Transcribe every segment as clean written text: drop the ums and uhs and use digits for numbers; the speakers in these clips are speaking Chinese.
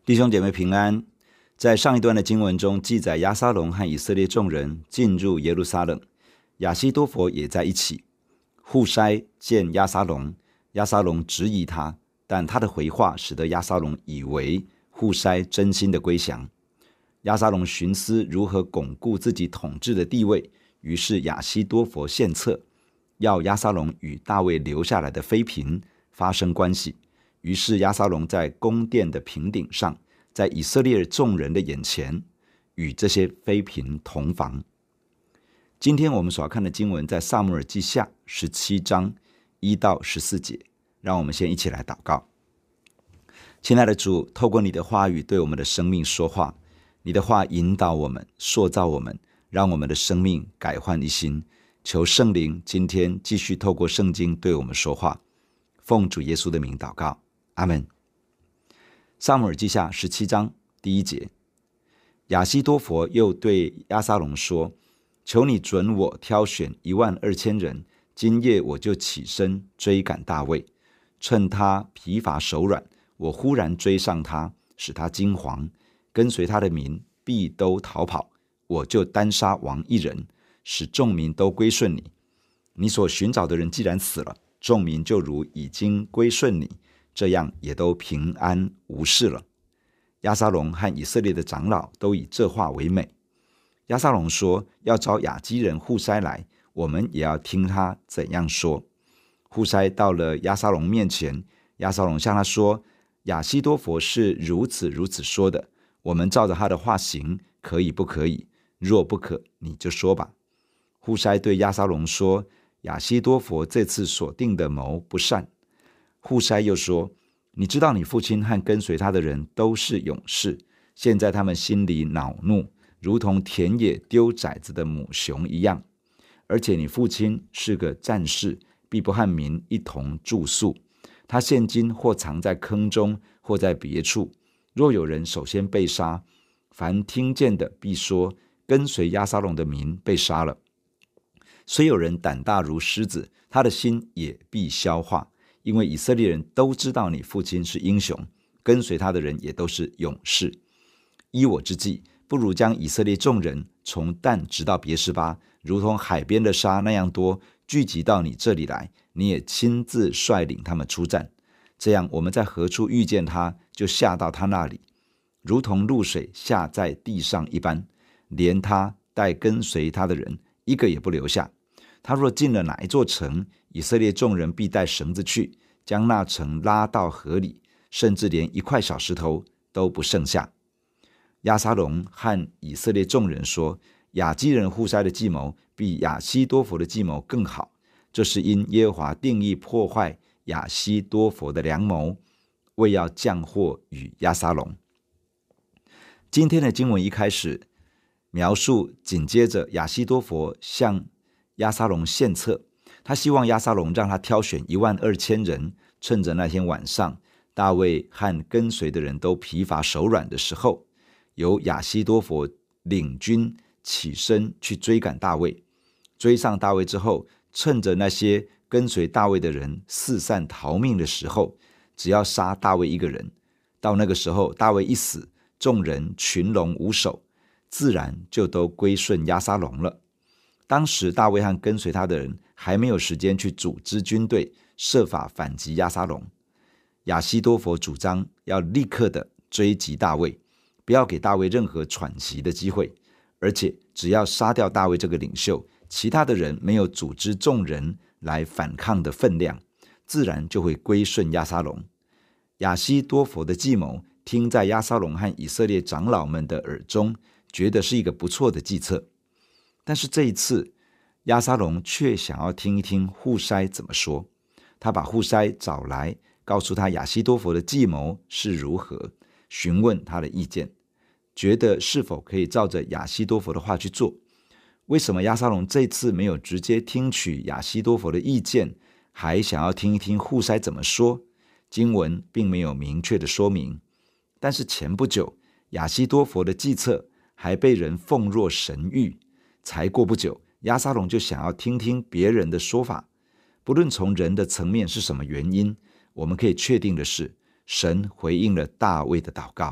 弟兄姐妹平安。在上一段的经文中记载，押沙龙和以色列众人进入耶路撒冷，亚希多弗也在一起。户筛见押沙龙，押沙龙质疑他，但他的回话使得押沙龙以为户筛真心的归降。押沙龙寻思如何巩固自己统治的地位，于是亚希多弗献策，要押沙龙与大卫留下来的妃嫔发生关系。于是押沙龙在宫殿的平顶上，在以色列众人的眼前，与这些妃嫔同房。今天我们所要看的经文在撒母耳记下17章1到14节，让我们先一起来祷告。亲爱的主，透过你的话语对我们的生命说话，你的话引导我们，塑造我们，让我们的生命改换一新。求圣灵今天继续透过圣经对我们说话，奉主耶稣的名祷告，阿们。撒母耳记下17章第1节，亚希多弗又对押沙龙说，求你准我挑选12000人，今夜我就起身追赶大卫，趁他疲乏手软，我忽然追上他，使他惊惶，跟随他的民必都逃跑，我就单杀王一人，使众民都归顺你。你所寻找的人既然死了，众民就如已经归顺你，这样也都平安无事了。押沙龙和以色列的长老都以这话为美。押沙龙说，要找亚基人户筛来，我们也要听他怎样说。户筛到了押沙龙面前，押沙龙向他说，亚希多弗是如此如此说的，我们照着他的话行，可以不可以？若不可，你就说吧。户筛对押沙龙说，亚希多弗这次所定的谋不善。户筛又说，你知道你父亲和跟随他的人都是勇士，现在他们心里恼怒，如同田野丢崽子的母熊一样。而且你父亲是个战士，必不和民一同住宿，他现今或藏在坑中，或在别处。若有人首先被杀，凡听见的必说，跟随押沙龙的民被杀了。虽有人胆大如狮子，他的心也必消化，因为以色列人都知道你父亲是英雄，跟随他的人也都是勇士。依我之计，不如将以色列众人从但直到别是巴，如同海边的沙那样多，聚集到你这里来，你也亲自率领他们出战。这样我们在何处遇见他，就下到他那里，如同露水下在地上一般，连他带跟随他的人一个也不留下。他若进了哪一座城，以色列众人必带绳子去，将那城拉到河里，甚至连一块小石头都不剩下。押沙龙和以色列众人说，亚基人户筛的计谋比亚希多弗的计谋更好，这是因耶和华定义破坏亚希多弗的良谋，为要降祸与押沙龙。今天的经文一开始描述，紧接着亚希多弗向押沙龙献策，他希望押沙龙让他挑选12000人，趁着那天晚上大卫和跟随的人都疲乏手软的时候，由亚希多弗领军起身去追赶大卫。追上大卫之后，趁着那些跟随大卫的人四散逃命的时候，只要杀大卫一个人。到那个时候，大卫一死，众人群龙无首，自然就都归顺押沙龙了。当时大卫和跟随他的人还没有时间去组织军队，设法反击押沙龙。亚希多弗主张要立刻的追击大卫，不要给大卫任何喘息的机会，而且只要杀掉大卫这个领袖，其他的人没有组织众人来反抗的分量，自然就会归顺押沙龙。亚希多弗的计谋听在押沙龙和以色列长老们的耳中，觉得是一个不错的计策。但是这一次，押沙龙却想要听一听户筛怎么说。他把户筛找来，告诉他亚希多弗的计谋是如何，询问他的意见，觉得是否可以照着亚希多弗的话去做。为什么押沙龙这次没有直接听取亚希多弗的意见，还想要听一听户筛怎么说？经文并没有明确的说明。但是前不久，亚希多弗的计策还被人奉若神谕，才过不久，押沙龙就想要听听别人的说法。不论从人的层面是什么原因，我们可以确定的是，神回应了大卫的祷告，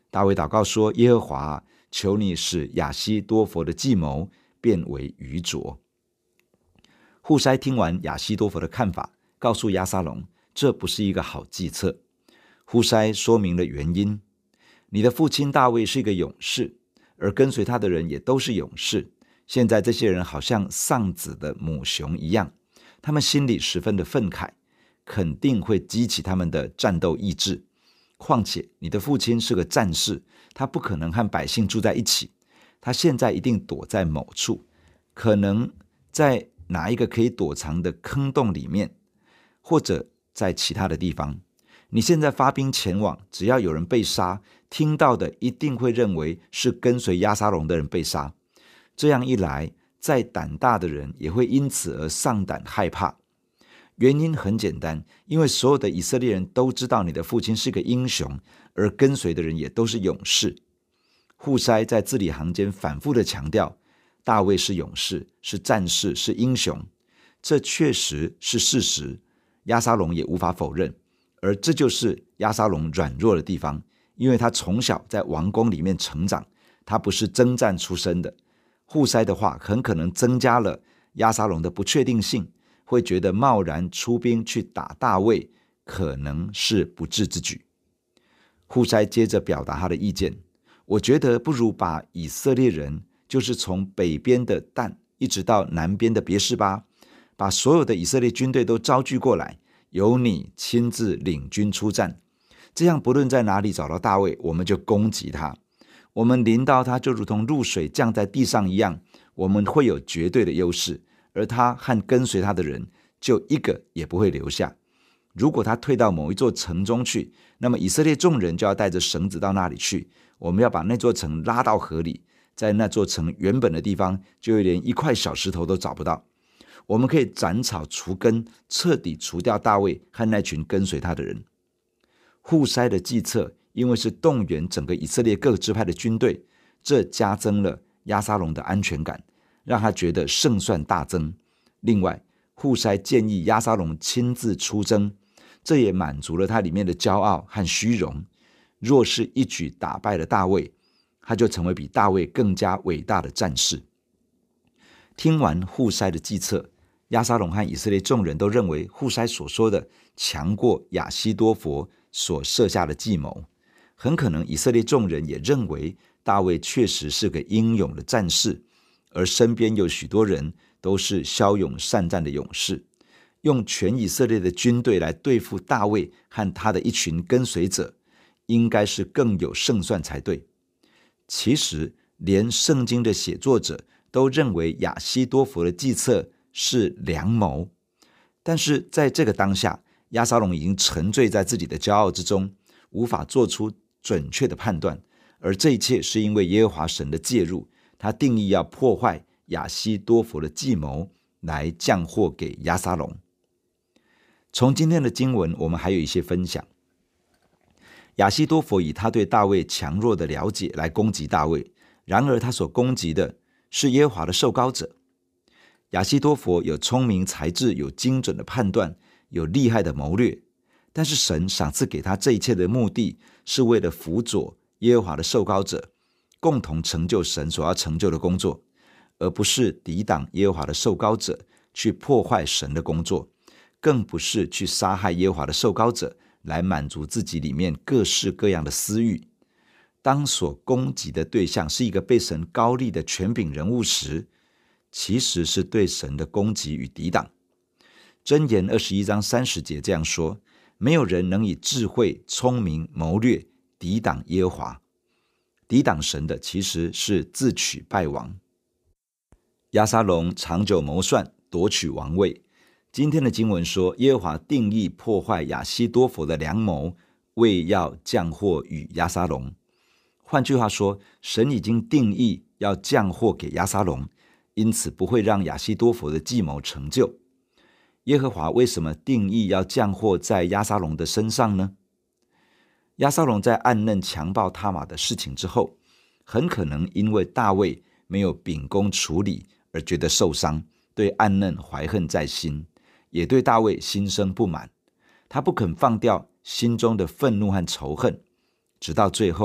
大卫祷告说：耶和华啊，求你使亚希多弗的计谋变为愚拙。户筛听完亚希多弗的看法，告诉押沙龙，这不是一个好计策。户筛说明了原因：你的父亲大卫是一个勇士，而跟随他的人也都是勇士。现在这些人好像丧子的母熊一样，他们心里十分的愤慨，肯定会激起他们的战斗意志。况且你的父亲是个战士，他不可能和百姓住在一起，他现在一定躲在某处，可能在哪一个可以躲藏的坑洞里面，或者在其他的地方。你现在发兵前往，只要有人被杀，听到的一定会认为是跟随押沙龙的人被杀。这样一来，再胆大的人也会因此而丧胆害怕。原因很简单，因为所有的以色列人都知道你的父亲是个英雄，而跟随的人也都是勇士。户筛在字里行间反复的强调，大卫是勇士，是战士，是英雄。这确实是事实，押沙龙也无法否认。而这就是押沙龙软弱的地方，因为他从小在王宫里面成长，他不是征战出身的。户筛的话很可能增加了押沙龙的不确定性，会觉得贸然出兵去打大卫可能是不智之举。户筛接着表达他的意见，我觉得不如把以色列人，就是从北边的但一直到南边的别是巴，把所有的以色列军队都招聚过来，由你亲自领军出战，这样不论在哪里找到大卫，我们就攻击他。我们临到他就如同露水降在地上一样，我们会有绝对的优势，而他和跟随他的人就一个也不会留下。如果他退到某一座城中去，那么以色列众人就要带着绳子到那里去，我们要把那座城拉到河里，在那座城原本的地方就连一块小石头都找不到。我们可以斩草除根，彻底除掉大卫和那群跟随他的人。户筛的计策因为是动员整个以色列各支派的军队，这加增了押沙龙的安全感，让他觉得胜算大增。另外，户筛建议押沙龙亲自出征，这也满足了他里面的骄傲和虚荣。若是一举打败了大卫，他就成为比大卫更加伟大的战士。听完户筛的计策，押沙龙和以色列众人都认为户筛所说的强过亚希多弗所设下的计谋。很可能以色列众人也认为大卫确实是个英勇的战士，而身边有许多人都是骁勇善战的勇士。用全以色列的军队来对付大卫和他的一群跟随者，应该是更有胜算才对。其实连圣经的写作者都认为亚希多弗的计策是良谋，但是在这个当下，押沙龙已经沉醉在自己的骄傲之中，无法做出准确的判断，而这一切是因为耶和华神的介入，他定义要破坏亚希多弗的计谋，来降祸给押沙龙。从今天的经文，我们还有一些分享。亚希多弗以他对大卫强弱的了解来攻击大卫，然而他所攻击的是耶和华的受膏者。亚希多弗有聪明才智，有精准的判断，有厉害的谋略，但是神赏赐给他这一切的目的，是为了辅佐耶和华的受膏者，共同成就神所要成就的工作，而不是抵挡耶和华的受膏者，去破坏神的工作，更不是去杀害耶和华的受膏者，来满足自己里面各式各样的私欲。当所攻击的对象是一个被神高立的权柄人物时，其实是对神的攻击与抵挡。箴言21章30节这样说，没有人能以智慧、聪明、谋略抵挡耶和华。抵挡神的其实是自取败亡。押沙龙长久谋算，夺取王位。今天的经文说，耶和华定义破坏亚希多弗的良谋，为要降祸与押沙龙。换句话说，神已经定义要降祸给押沙龙，因此不会让亚希多弗的计谋成就。耶和华为什么定义要降祸在押沙龙的身上呢？押沙龙在暗嫩强暴他玛的事情之后，很可能因为大卫没有秉公处理而觉得受伤，对暗嫩怀恨在心，也对大卫心生不满。他不肯放掉心中的愤怒和仇恨，直到最后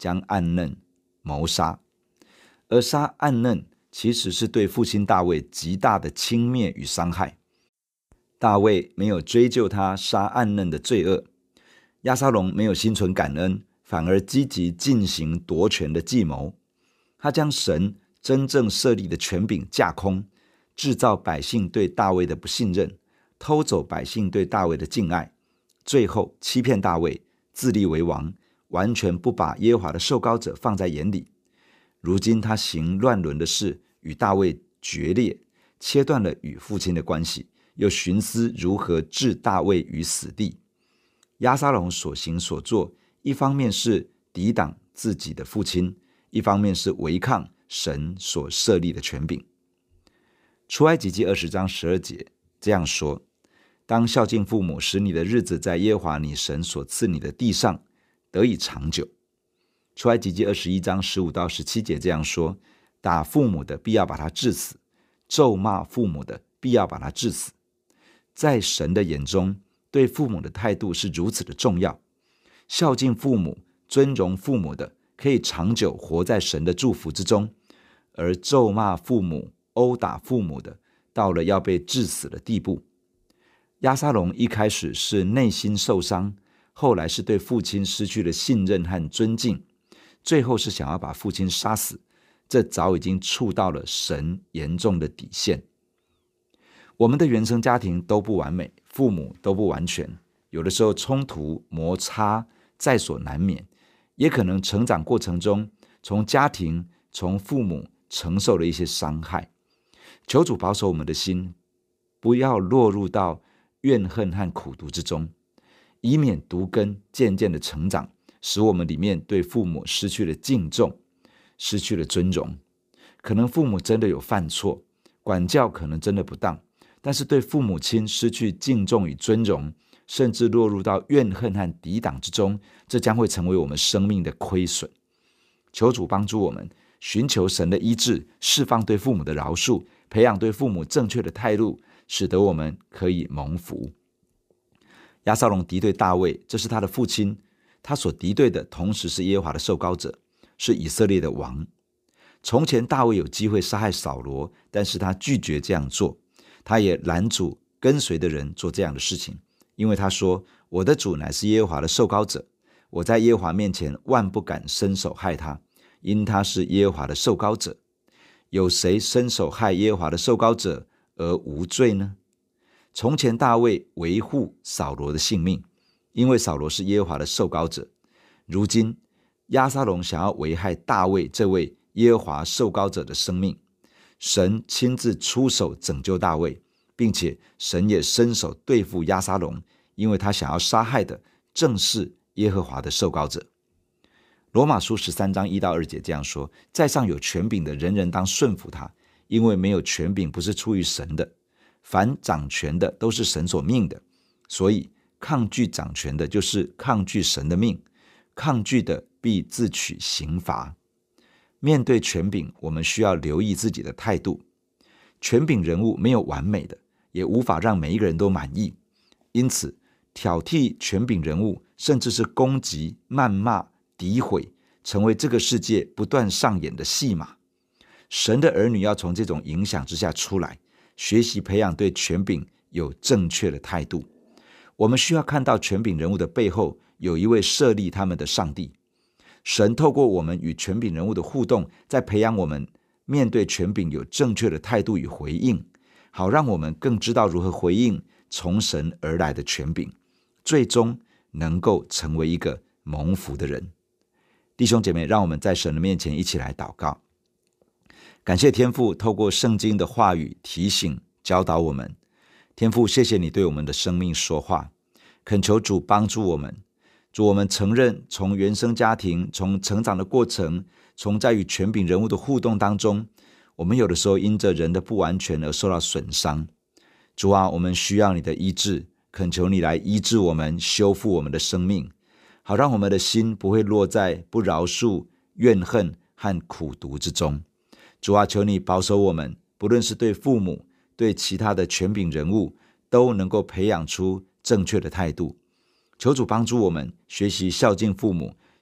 将暗嫩谋杀。而杀暗嫩其实是对父亲大卫极大的轻蔑与伤害。大卫没有追究他杀暗嫩的罪恶，押沙龙没有心存感恩，反而积极进行夺权的计谋。他将神真正设立的权柄架空，制造百姓对大卫的不信任，偷走百姓对大卫的敬爱，最后欺骗大卫，自立为王，完全不把耶和华的受膏者放在眼里。如今他行乱伦的事，与大卫决裂，切断了与父亲的关系，又寻思如何置大卫于死地。押沙龙所行所做，一方面是抵挡自己的父亲，一方面是违抗神所设立的权柄。出埃及记20章12节这样说：当孝敬父母，使你的日子在耶和华你神所赐你的地上得以长久。出埃及记21章15到17节这样说：打父母的必要把他治死，咒骂父母的必要把他治死。在神的眼中，对父母的态度是如此的重要。孝敬父母、尊荣父母的，可以长久活在神的祝福之中；而咒骂父母、殴打父母的，到了要被治死的地步。押沙龙一开始是内心受伤，后来是对父亲失去了信任和尊敬，最后是想要把父亲杀死，这早已经触到了神严重的底线。我们的原生家庭都不完美，父母都不完全，有的时候冲突摩擦在所难免，也可能成长过程中从家庭从父母承受了一些伤害。求主保守我们的心，不要落入到怨恨和苦毒之中，以免毒根渐渐的成长，使我们里面对父母失去了敬重，失去了尊荣。可能父母真的有犯错，管教可能真的不当，但是对父母亲失去敬重与尊荣，甚至落入到怨恨和抵挡之中，这将会成为我们生命的亏损。求主帮助我们寻求神的医治，释放对父母的饶恕，培养对父母正确的态度，使得我们可以蒙福。押沙龙敌对大卫，这是他的父亲，他所敌对的同时是耶和华的受膏者，是以色列的王。从前大卫有机会杀害扫罗，但是他拒绝这样做，他也拦阻跟随的人做这样的事情，因为他说：我的主乃是耶和华的受膏者，我在耶和华面前万不敢伸手害他，因他是耶和华的受膏者。有谁伸手害耶和华的受膏者而无罪呢？从前大卫维护扫罗的性命，因为扫罗是耶和华的受膏者。如今押沙龙想要危害大卫这位耶和华受膏者的生命，神亲自出手拯救大卫，并且神也伸手对付押沙龙，因为他想要杀害的正是耶和华的受膏者。罗马书13章1到2节这样说：在上有权柄的，人人当顺服他，因为没有权柄不是出于神的，凡掌权的都是神所命的，所以抗拒掌权的就是抗拒神的命，抗拒的必自取刑罚。面对权柄，我们需要留意自己的态度。权柄人物没有完美的，也无法让每一个人都满意，因此挑剔权柄人物，甚至是攻击、谩骂、诋毁，成为这个世界不断上演的戏码。神的儿女要从这种影响之下出来，学习培养对权柄有正确的态度。我们需要看到权柄人物的背后有一位设立他们的上帝。神透过我们与权柄人物的互动，在培养我们面对权柄有正确的态度与回应，好让我们更知道如何回应从神而来的权柄，最终能够成为一个蒙福的人。弟兄姐妹，让我们在神的面前一起来祷告。感谢天父透过圣经的话语提醒教导我们。天父，谢谢你对我们的生命说话，恳求主帮助我们。主，我们承认从原生家庭，从成长的过程，从在与权柄人物的互动当中，我们有的时候因着人的不完全而受到损伤。主啊，我们需要你的医治，恳求你来医治我们，修复我们的生命，好让我们的心不会落在不饶恕、怨恨和苦毒之中。主啊，求你保守我们，不论是对父母、对其他的权柄人物，都能够培养出正确的态度。求主帮助我们学习孝敬父母，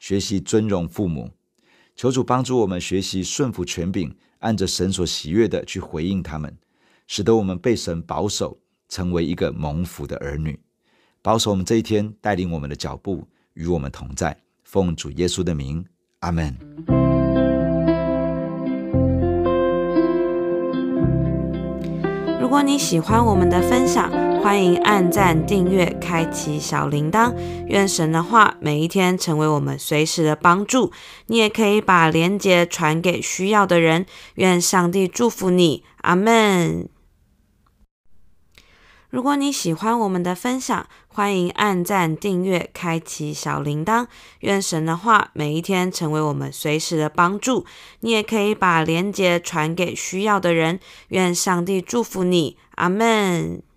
学习尊荣父母。求主帮助我们学习顺服权柄，按着神所喜悦的去回应他们，使得我们被神保守，成为一个蒙福的儿女。保守我们这一天，带领我们的脚步，与我们同在。奉主耶稣的名，阿们。 如果你喜欢我们的分享，欢迎按赞、订阅、开启小铃铛。愿神的话每一天成为我们随时的帮助。你也可以把连结传给需要的人。愿上帝祝福你，阿们。如果你喜欢我们的分享，欢迎按赞、订阅、开启小铃铛。愿神的话每一天成为我们随时的帮助。你也可以把连结传给需要的人。愿上帝祝福你，阿们。